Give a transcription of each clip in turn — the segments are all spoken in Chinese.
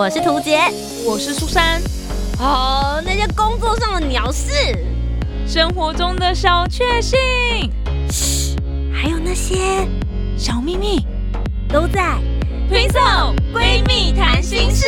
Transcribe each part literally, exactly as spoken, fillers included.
我是涂杰， 我是苏珊。 哦，那些工作上的鸟事， 生活中的小确幸， 嘘，还有那些小秘密， 都在推送闺蜜谈心事。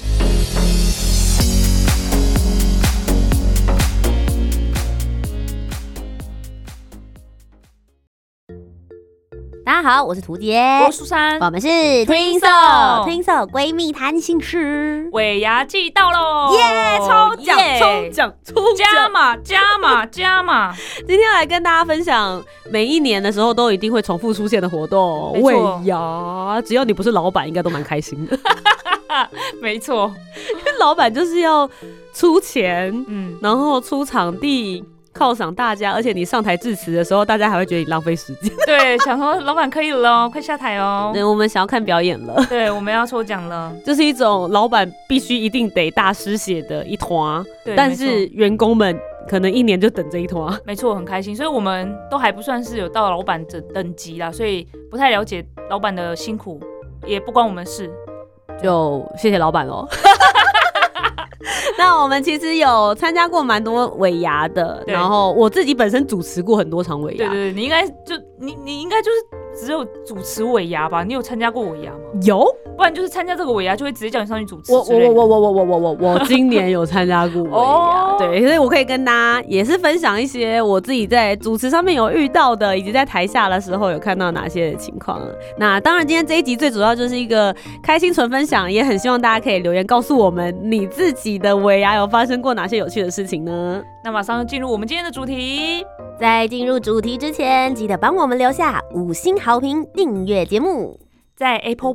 大家好，我是涂杰， 我是苏珊， 我们是 Twinso Twinso 闺蜜谈心事。 尾牙季到喽， 耶！抽奖，抽奖，抽奖， 加码，加码，加码！ 今天来跟大家分享，每一年的时候都一定会重复出现的活动，尾牙。只要你不是老板，应该都蛮开心的。 没错， 因为老板就是要出钱， 嗯， 然后出场地。犒赏大家，而且你上台致辞的时候，大家还会觉得你浪费时间。 对，想说老板可以了哦，快下台哦。 对，我们想要看表演了。 对，我们要抽奖了。 这是一种老板必须一定得大失血的一团， 对， 但是员工们可能一年就等这一团。 没错，很开心，所以我们都还不算是有到老板的等级啦，所以不太了解老板的辛苦，也不关我们事。 就谢谢老板咯。那我们其实有参加过蛮多尾牙的，然后我自己本身主持过很多场尾牙。 对对对，你应该就你你应该就是只有主持尾牙吧？你有参加过尾牙吗？ 有， 不然就是参加这个尾牙就会直接叫你上去主持。 我我我我我我我我我今年有参加过尾牙，哦、对，所以我可以跟大家也是分享一些我自己在主持上面有遇到的，以及在台下的时候有看到哪些情况。那当然，今天这一集最主要就是一个开心纯分享，也很希望大家可以留言告诉我们你自己的尾牙有发生过哪些有趣的事情呢？ 那马上进入我们今天的主题。 在进入主题之前，记得帮我们留下五星好评，订阅节目， 在 Apple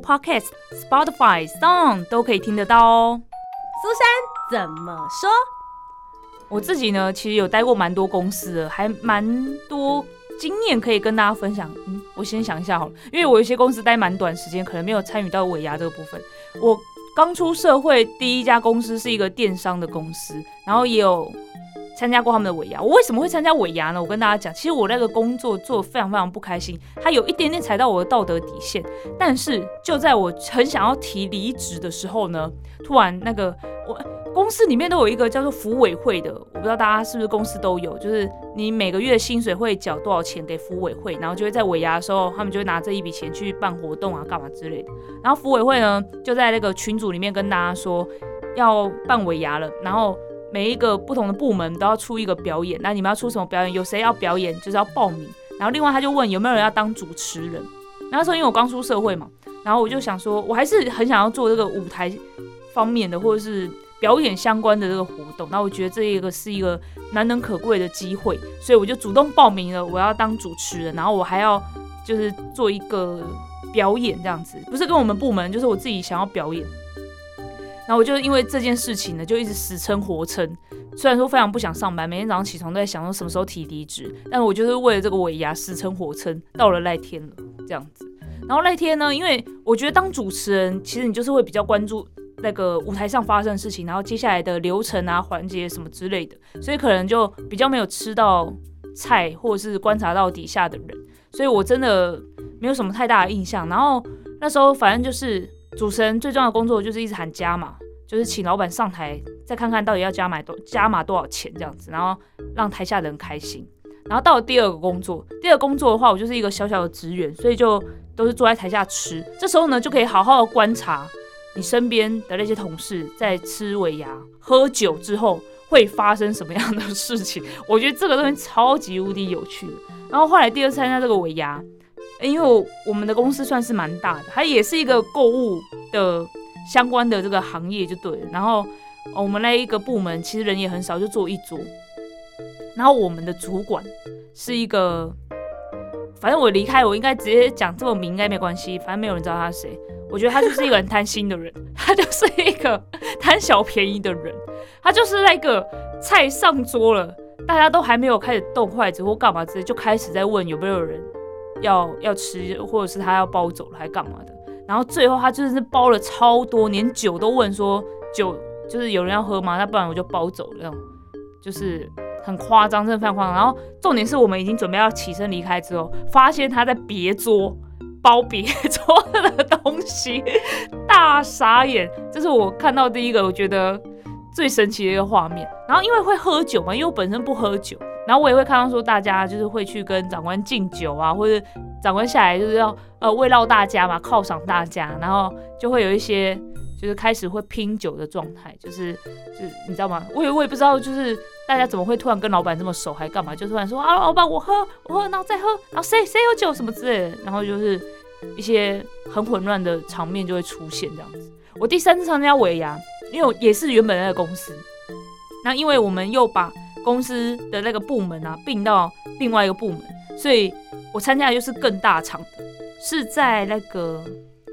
Podcast、Spotify、Sound 都可以听得到哦。 苏珊怎么说？ 我自己呢，其实有待过蛮多公司的，还蛮多经验可以跟大家分享。嗯，我先想一下好了，因为我有一些公司待蛮短时间，可能没有参与到尾牙这个部分。我刚出社会，第一家公司是一个电商的公司，然后也有参加过他们的尾牙。我为什么会参加尾牙呢？我跟大家讲，其实我那个工作做得非常非常不开心，它有一点点踩到我的道德底线。但是就在我很想要提离职的时候呢，突然那个我公司里面都有一个叫做福委会的，我不知道大家是不是公司都有，就是你每个月薪水会缴多少钱给福委会，然后就会在尾牙的时候，他们就会拿这一笔钱去办活动啊，干嘛之类的。然后福委会呢，就在那个群组里面跟大家说要办尾牙了，然后每一个不同的部门都要出一个表演，那你们要出什么表演？有谁要表演，就是要报名。然后另外他就问有没有人要当主持人。然后那时候因为我刚出社会嘛，然后我就想说，我还是很想要做这个舞台方面的，或者是表演相关的这个活动。那我觉得这一个是一个难能可贵的机会，所以我就主动报名了，我要当主持人，然后我还要就是做一个表演这样子，不是跟我们部门，就是我自己想要表演。然后我就因为这件事情呢，就一直死撑活撑。虽然说非常不想上班，每天早上起床都在想说什么时候提离职，但是我就是为了这个尾牙死撑活撑，到了那天了这样子。然后那天呢，因为我觉得当主持人，其实你就是会比较关注那个舞台上发生的事情，然后接下来的流程啊、环节什么之类的，所以可能就比较没有吃到菜，或者是观察到底下的人，所以我真的没有什么太大的印象。然后那时候反正就是主持人最重要的工作就是一直喊加码，就是请老板上台再看看到底要加码多加码多少钱这样子，然后让台下的人开心。然后到了第二个工作，第二个工作的话，我就是一个小小的职员，所以就都是坐在台下吃。这时候呢，就可以好好的观察你身边的那些同事在吃尾牙、喝酒之后会发生什么样的事情。我觉得这个东西超级无敌有趣的。然后后来第二次参加这个尾牙，因为 我, 我们的公司算是蛮大的，它也是一个购物的相关的这个行业就对了。然后我们那一个部门其实人也很少，就坐一桌。然后我们的主管是一个，反正我离开我应该直接讲这么明应该没关系，反正没有人知道他是谁。我觉得他就是一个很贪心的人，他就是一个贪小便宜的人。他就是那个菜上桌了，大家都还没有开始动筷子或干嘛之类，就开始在问有没有人要要吃，或者是他要包走了还干嘛的。然后最后他就是包了超多，连酒都问说酒就是有人要喝吗？那不然我就包走了那种，就是很夸张，真的非常夸张。然后重点是我们已经准备要起身离开之后，发现他在别桌包别桌的东西， 大傻眼，这是我看到第一个我觉得最神奇的一个画面。然后因为会喝酒嘛，因为我本身不喝酒，然后我也会看到说大家就是会去跟长官敬酒啊，或者长官下来就是要呃慰劳大家嘛，犒赏大家，然后就会有一些就是开始会拼酒的状态，就是就是你知道吗？我也我也不知道，就是大家怎么会突然跟老板这么熟，还干嘛？就突然说啊，老板我喝我喝，然后再喝，然后谁谁有酒什么之类的，然后就是一些很混乱的场面就会出现这样子。我第三次参加尾牙，因为我也是原本那个公司，那因为我们又把公司的那个部门啊并到另外一个部门，所以我参加的就是更大场的，是在那个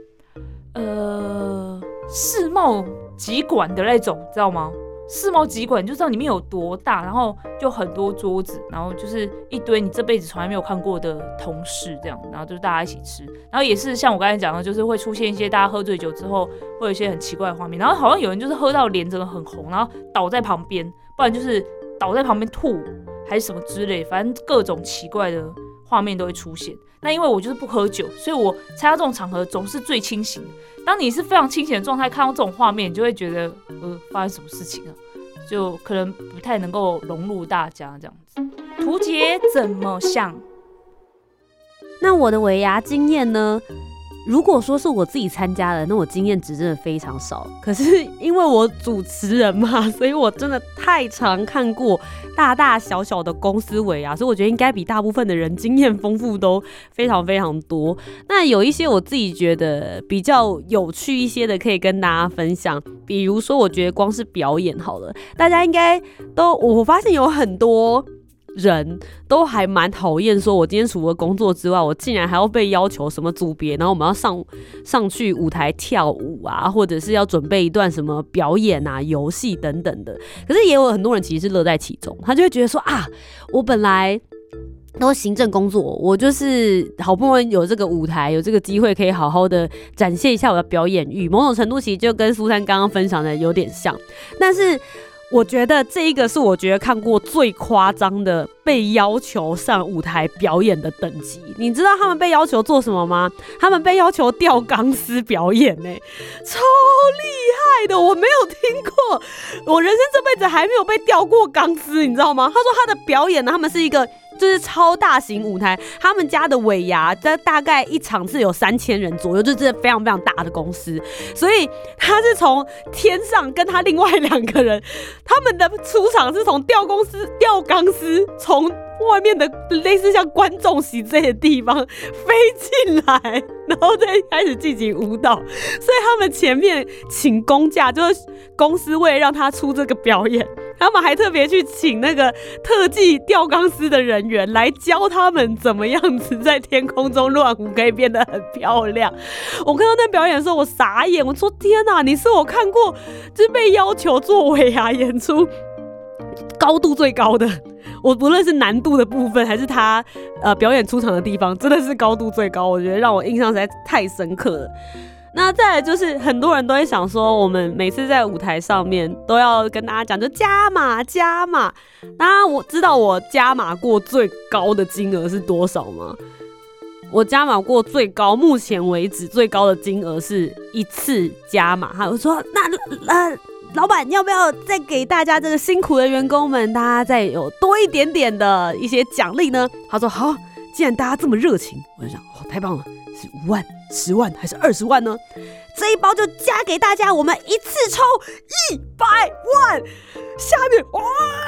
呃世贸集馆的那种，知道吗？世贸集馆就知道里面有多大，然后就很多桌子，然后就是一堆你这辈子从来没有看过的同事这样，然后就是大家一起吃，然后也是像我刚才讲的，就是会出现一些大家喝醉酒之后会有一些很奇怪的画面，然后好像有人就是喝到脸整个很红，然后倒在旁边，不然就是倒在旁边吐还是什么之类，反正各种奇怪的画面都会出现。那因为我就是不喝酒，所以我参加这种场合总是最清醒的。当你是非常清醒的状态看到这种画面，你就会觉得呃发生什么事情啊，就可能不太能够融入大家这样子。屠洁怎么想？ 那我的尾牙经验呢？如果说是我自己参加的，那我经验值真的非常少。可是因为我主持人嘛，所以我真的太常看过大大小小的公司尾牙，所以我觉得应该比大部分的人经验丰富都非常非常多。那有一些我自己觉得比较有趣一些的，可以跟大家分享。比如说，我觉得光是表演好了，大家应该都，我发现有很多人都还蛮讨厌说我今天除了工作之外，我竟然还要被要求什么组别，然后我们要上上去舞台跳舞啊，或者是要准备一段什么表演啊、游戏等等的。可是也有很多人其实是乐在其中，他就会觉得说啊，我本来都行政工作，我就是好不容易有这个舞台，有这个机会可以好好的展现一下我的表演欲，某种程度其实就跟苏珊刚刚分享的有点像。但是我觉得这一个是我觉得看过最夸张的被要求上舞台表演的等级。你知道他们被要求做什么吗？他们被要求吊钢丝表演欸，超厉害的，我没有听过，我人生这辈子还没有被吊过钢丝，你知道吗？他说他的表演呢，他们是一个就是超大型舞台，他们家的尾牙在大概一场是有三千人左右，就是真的非常非常大的公司，所以他是从天上跟他另外两个人，他们的出场是从吊公司吊钢丝从外面的类似像观众席这些地方飞进来，然后再开始进行舞蹈，所以他们前面请公假，就是公司为了让他出这个表演，他们还特别去请那个特技吊钢丝的人员来教他们怎么样子在天空中乱舞可以变得很漂亮。我看到那表演的时候我傻眼，我说天哪，你是我看过就是被要求做尾牙演出高度最高的，我不论是难度的部分还是他呃表演出场的地方，真的是高度最高，我觉得让我印象实在太深刻了。那再来就是很多人都会想说，我们每次在舞台上面都要跟大家讲就加码加码。那我知道我加码过最高的金额是多少吗？我加码过最高，目前为止最高的金额是一次加码。我说那呃。老板要不要再给大家这个辛苦的员工们，大家再有多一点点的一些奖励呢？他说好，既然大家这么热情，我就想哦，太棒了，是五万、十万还是二十万呢？这一包就加给大家，我们一次抽一百万。下面哇，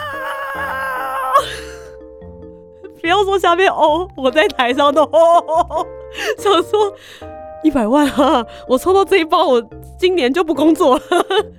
不要说下面哦，我在台上都哦，想说一百万啊，我抽到这一包，我今年就不工作了。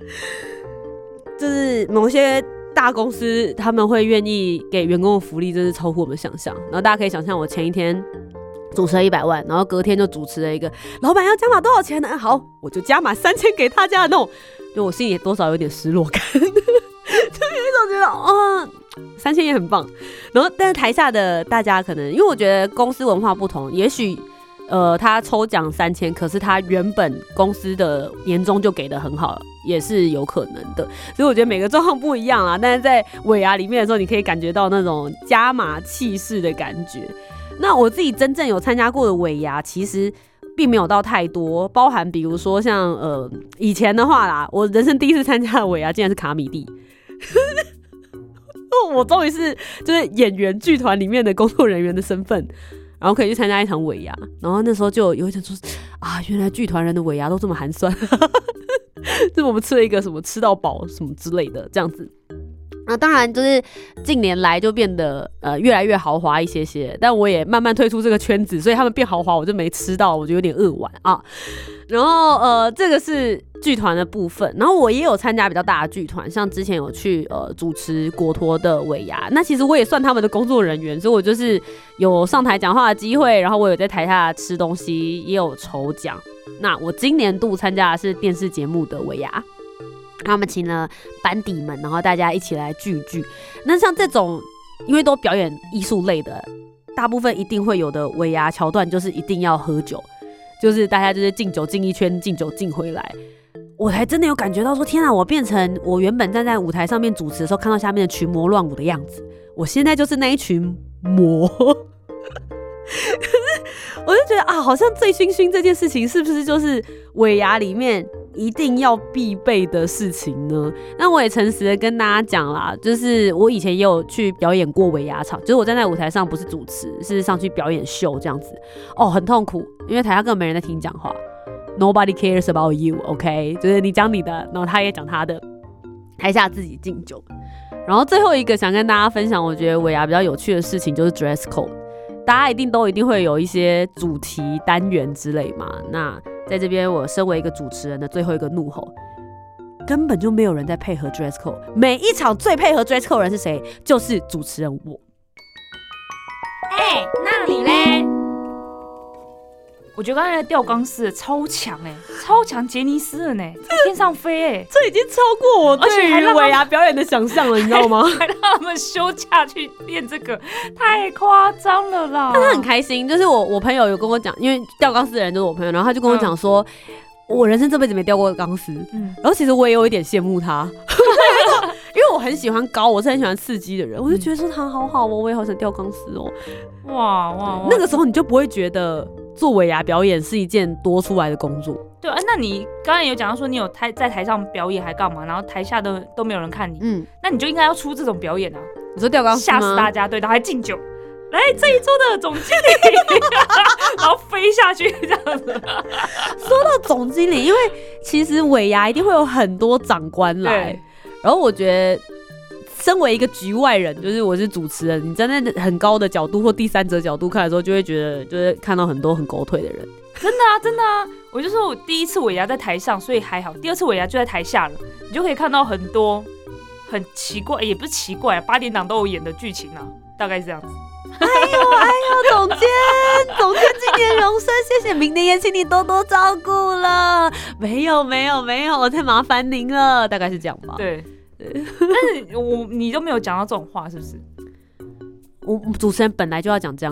就是某些大公司他们会愿意给员工的福利，真是超乎我们想象。然后大家可以想象，我前一天主持了一百万，然后隔天就主持了一个老板要加码多少钱呢？好，我就加码三千给大家的那种，就我心里多少有点失落感，就有一种觉得哦，三千也很棒。然后但是台下的大家可能因为我觉得公司文化不同，也许。呃，他抽奖三千，可是他原本公司的年终就给的很好，也是有可能的。所以我觉得每个状况不一样啊。但是在尾牙里面的时候，你可以感觉到那种加码气势的感觉。那我自己真正有参加过的尾牙，其实并没有到太多，包含比如说像呃以前的话啦，我人生第一次参加的尾牙竟然是卡米蒂。我终于是就是演员剧团里面的工作人员的身份，然后可以去参加一场尾牙，然后那时候就有一种说啊，原来剧团人的尾牙都这么寒酸，就是我们吃了一个什么吃到饱什么之类的这样子。那当然就是近年来就变得呃越来越豪华一些些，但我也慢慢退出这个圈子，所以他们变豪华我就没吃到，我就有点扼腕啊。然后呃这个是剧团的部分，然后我也有参加比较大的剧团，像之前有去呃主持国托的尾牙，那其实我也算他们的工作人员，所以我就是有上台讲话的机会，然后我有在台下吃东西，也有抽奖。那我今年度参加的是电视节目的尾牙。他们请了班底们，然后大家一起来聚聚。那像这种，因为都表演艺术类的，大部分一定会有的尾牙桥段，就是一定要喝酒，就是大家就是敬酒敬一圈，敬酒敬回来。我才真的有感觉到说，天啊，我变成我原本站在舞台上面主持的时候，看到下面的群魔乱舞的样子，我现在就是那一群魔。可是我就觉得啊，好像醉醺醺这件事情是不是就是尾牙里面一定要必备的事情呢？那我也诚实的跟大家讲啦，就是我以前也有去表演过尾牙场，就是我站在舞台上不是主持，是上去表演秀这样子。哦，很痛苦，因为台下根本没人在听讲话 ，Nobody cares about you，OK， 就是你讲你的，然后他也讲他的，台下自己敬酒。然后最后一个想跟大家分享，我觉得尾牙比较有趣的事情就是 dress code。大家一定都一定会有一些主题单元之类嘛，那在这边我身为一个主持人的最后一个怒吼，根本就没有人在配合 dress code， 每一场最配合 dress code 的人是谁？就是主持人我。 哎、欸，那你嘞？我觉得刚才的吊钢丝超强哎，超强杰尼斯了呢，在天上飞哎， 这已经超过我对于尾牙表演的想象了，你知道吗？ 还让他们休假去练这个，太夸张了啦！ 但他很开心，就是我我朋友有跟我讲，因为吊钢丝的人就是我朋友，然后他就跟我讲说，嗯、我人生这辈子没吊过钢丝，嗯，然后其实我也有一点羡慕他。因为我很喜欢高，我是很喜欢刺激的人，我就觉得说他好好哦，我也好想吊钢丝哦。哇哇！那个时候你就不会觉得做尾牙表演是一件多出来的工作。 对啊，那你刚才有讲到说你有台在台上表演还干嘛，然后台下都都没有人看你，嗯，那你就应该要出这种表演啊。 你说吊钢丝吗？ 吓死大家，对，然后还敬酒。来这一桌的总经理，然后飞下去这样子。 说到总经理，因为其实尾牙一定会有很多长官来，然后我觉得身为一个局外人，就是我是主持人，你站在很高的角度或第三者角度看的时候，就会觉得就是看到很多很狗腿的人。 真的啊，真的啊！我就说我第一次尾牙在台上，所以还好；第二次尾牙就在台下了，你就可以看到很多很奇怪，也不是奇怪，八点档都有演的剧情啊，大概是这样子。 哎呦哎呦，总监，总监今年荣升，谢谢，明年也请你多多照顾了。没有没有没有，我太麻烦您了，大概是这样吧。 对对，但是我你都没有讲到这种话，是不是？ 我主持人本来就要讲这样。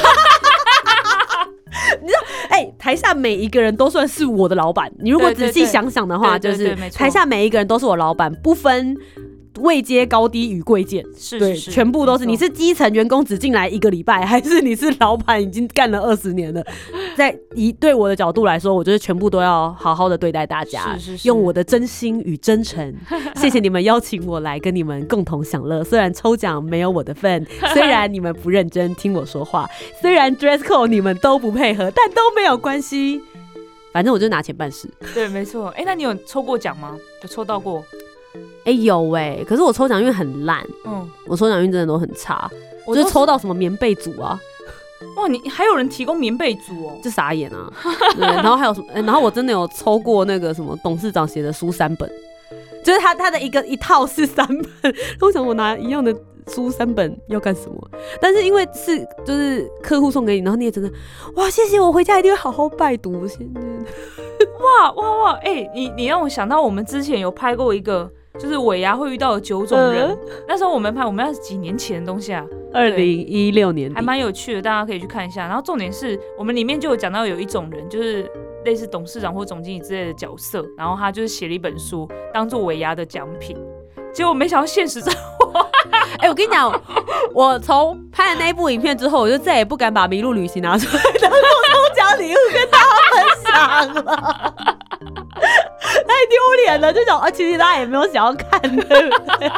你知道，哎、欸，台下每一个人都算是我的老板。你如果仔细想想的话，对对对，就是台下每一个人都是我老板，不分位阶高低与贵贱， 是对，是是全部都是。你是基层员工只进来一个礼拜，还是你是老板已经干了二十年了？在以对我的角度来说，我觉得全部都要好好的对待大家，是是是，用我的真心与真诚。谢谢你们邀请我来跟你们共同享乐，虽然抽奖没有我的份，虽然你们不认真听我说话，虽然 dress code 你们都不配合，但都没有关系。反正我就拿钱办事。 对，没错。哎、欸，那你有抽过奖吗？有抽到过？ 哎、欸，有哎、欸，可是我抽奖运很烂，嗯，我抽奖运真的都很差，我就是抽到什么棉被组啊， 哇，你还有人提供棉被组哦， 就傻眼啊。对，然后还有什么、欸？然后我真的有抽过那个什么董事长写的书三本，就是他他的一个一套是三本，我想我拿一样的书三本要干什么？但是因为是就是客户送给你，然后你也真的哇，谢谢，我回家一定会好好拜读。现在哇哇哇，哎、欸，你你让我想到我们之前有拍过一个。就是尾牙会遇到的九种人、呃，那时候我们拍，我们那是几年前的东西啊， 二零一六年底， 还蛮有趣的，大家可以去看一下。然后重点是我们里面就有讲到有一种人，就是类似董事长或总经理之类的角色，然后他就是写了一本书当做尾牙的奖品，结果没想到现实生活， 哎、欸，我跟你讲，我从拍了那一部影片之后，我就再也不敢把《迷路旅行》拿出来当做抽奖礼物跟大家分场了，太丢脸了，就想啊，其实大家也没有想要看，对不对？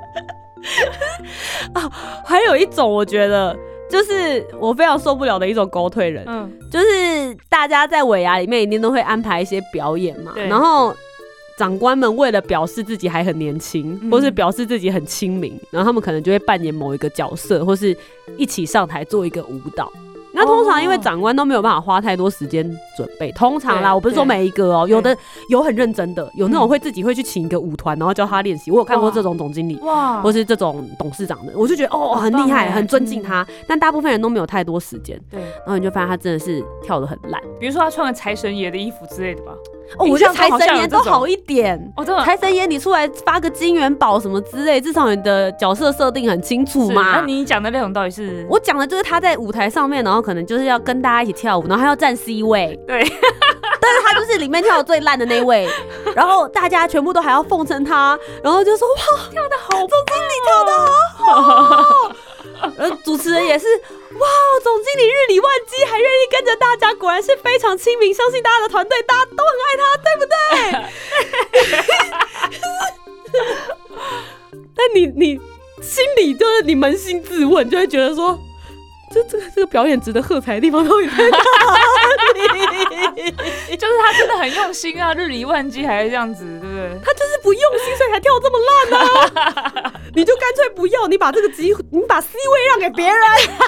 啊，还有一种我觉得就是我非常受不了的一种狗腿人，嗯，就是大家在尾牙里面一定都会安排一些表演嘛，然后长官们为了表示自己还很年轻，嗯，或是表示自己很亲民，然后他们可能就会扮演某一个角色，或是一起上台做一个舞蹈。那通常因为长官都没有办法花太多时间准备，通常啦，我不是说每一个哦，有的有很认真的，有那种会自己会去请一个舞团，然后教他练习。我有看过这种总经理，哇，或是这种董事长的，我就觉得哦很厉害，很尊敬他。但大部分人都没有太多时间，对，然后你就发现他真的是跳得很烂。 比如说他穿个财神爷的衣服之类的吧。 哦，我觉得财神爷都好一点。哦，真的，财神爷你出来发个金元宝什么之类，至少你的角色设定很清楚嘛。 那你讲的内容到底是？ 我讲的就是他在舞台上面，然后可能就是要跟大家一起跳舞，然后他要站 C 位。 对， 但是他就是里面跳的最烂的那位，然后大家全部都还要奉承他，然后就说哇， 跳得好，总经理跳得好好。而主持人也是，哇，总经理日理万机，还愿意跟着大家，果然是非常亲民，相信大家的团队，大家都很爱他，对不对？但你你心里就是你扪心自问，就会觉得说，这这个这个表演值得喝彩的地方到底在哪里？ 就是他真的很用心啊，日理万机还是这样子，对不对？ 他就是不用心，所以才跳这么烂啊！你就干脆不要，你把这个机，你把 C 位让给别人。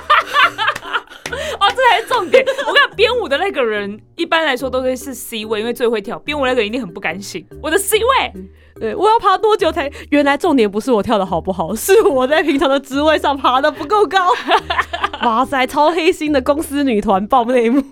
哦，这才是重点。我跟你讲，编舞的那个人一般来说都会是 C 位，因为最会跳。编舞那个人一定很不甘心，我的 C 位。嗯， 对，我要爬多久才？原来重点不是我跳的好不好，是我在平常的职位上爬的不够高。哇塞，超黑心的公司女团爆内幕。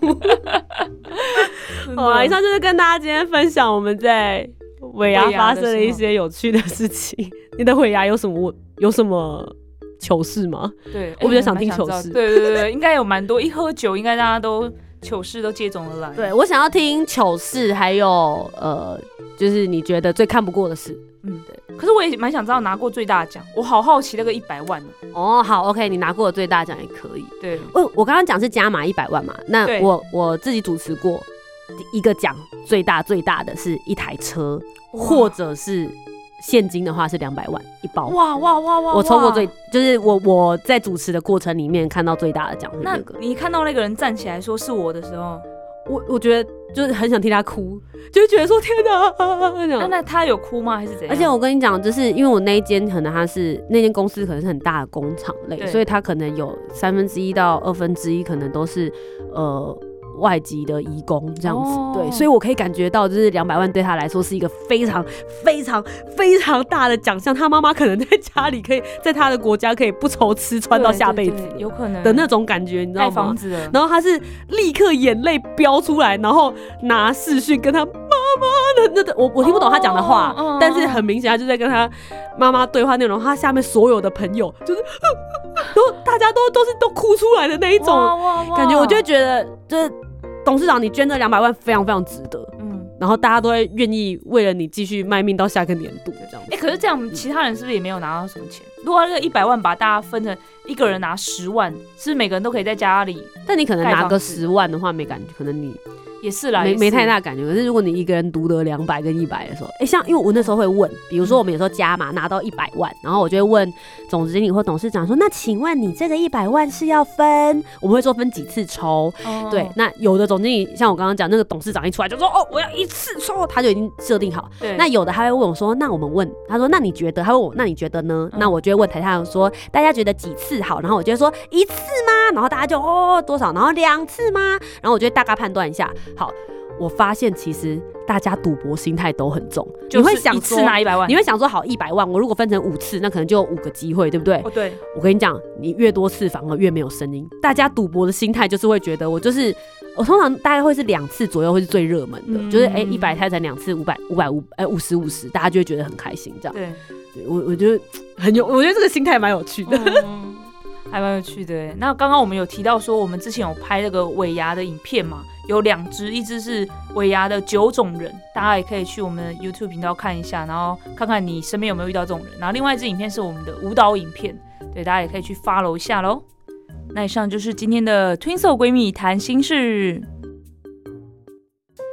好啦，以上就是跟大家今天分享我们在尾牙发生的一些有趣的事情。你的尾牙有什么有什么糗事吗？ 对， 我比较想听糗事。 对对对，应该有蛮多。一喝酒，应该大家都糗事都接踵而来。 对，我想要听糗事，还有呃，就是你觉得最看不过的事。 嗯，对。可是我也蛮想知道拿过最大奖，我好好奇那个一百万哦。好 ，OK， 你拿过的最大奖也可以。 对， 我我刚刚讲是加码一百万嘛，那我我自己主持过一个奖，最大最大的是一台车，或者是现金的话是两百万一包。 哇哇哇哇！ 我抽过最，就是我我在主持的过程里面看到最大的奖是那个。 那你看到那个人站起来说是我的时候， 我我觉得就是很想替他哭，就觉得说天哪！ 那那他有哭吗？还是怎样？ 而且我跟你讲，就是因为我那一间可能他是那间公司可能是很大的工厂类，所以他可能有三分之一到二分之一可能都是呃。外籍的移工这样子，哦，对，所以我可以感觉到，就是两百万对他来说是一个非常非常非常大的奖项。他妈妈可能在家里可以在他的国家可以不愁吃穿到下辈子， 有可能的那种感觉，你知道吗？ 盖房子了， 然后他是立刻眼泪飙出来，然后拿视讯跟他妈妈的那我我听不懂他讲的话，哦，但是很明显他就在跟他妈妈对话内容。他下面所有的朋友就是都大家都都是都哭出来的那一种感觉，我就会觉得就是董事长，你捐这两百万非常非常值得，嗯，然后大家都会愿意为了你继续卖命到下个年度这样子。 哎，欸，可是这样，其他人是不是也没有拿到什么钱？如果那个一百万把大家分成一个人拿十万，是不是每个人都可以在家里？ 但你可能拿个十万的话，没感觉，可能你。 也是啦， 没没太大感觉。可是如果你一个人独得两百跟一百的时候，哎，像因为我那时候会问，比如说我们有时候加码拿到一百万，然后我就会问总经理或董事长说，那请问你这个一百万是要分？我们会说分几次抽？哦，对，那有的总经理像我刚刚讲那个董事长一出来就说，哦，我要一次抽，他就已经设定好。对，那有的他会问我说，那我们问他说，那你觉得？他问我，那你觉得呢？嗯，那我就会问台下人说，大家觉得几次好？然后我就会说一次吗？然后大家就哦多少？然后两次吗？然后我就会大概判断一下，好。我发现其实大家赌博心态都很重， 就是、你会想一次拿一百万， 你会想说好一百万，我如果分成五次，那可能就有五个机会，对不对？ 哦，对。 我跟你讲，你越多次反而越没有声音。大家赌博的心态就是会觉得，我就是我通常大概会是两次左右会是最热门的，嗯、就是哎一百拆成两次，五百五百五哎五十五十，大家就会觉得很开心这样。 对， 我我觉得很有，我觉得这个心态蛮有趣的。 嗯还蛮有趣的耶。那刚刚我们有提到说，我们之前有拍那个尾牙的影片嘛，有两支，一支是尾牙的九种人，大家也可以去我们的 YouTube 频道看一下，然后看看你身边有没有遇到这种人。然后另外一支影片是我们的舞蹈影片，对，大家也可以去 follow 一下咯。那以上就是今天的 Twinsoul 闺蜜谈心事。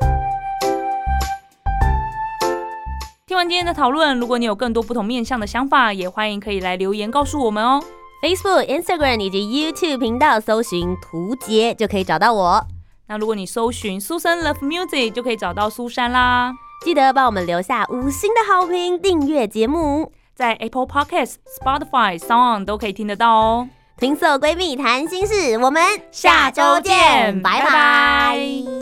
听完今天的讨论，如果你有更多不同面向的想法，也欢迎可以来留言告诉我们哦。 Facebook、Instagram 以及 YouTube 频道搜寻屠洁就可以找到我。 那如果你搜寻苏珊 Love Music 就可以找到苏珊啦。 记得帮我们留下五星的好评，订阅节目， 在 Apple Podcast、Spotify、Sound 都可以听得到哦。 twinso 闺蜜谈心事，我们下周见，拜拜。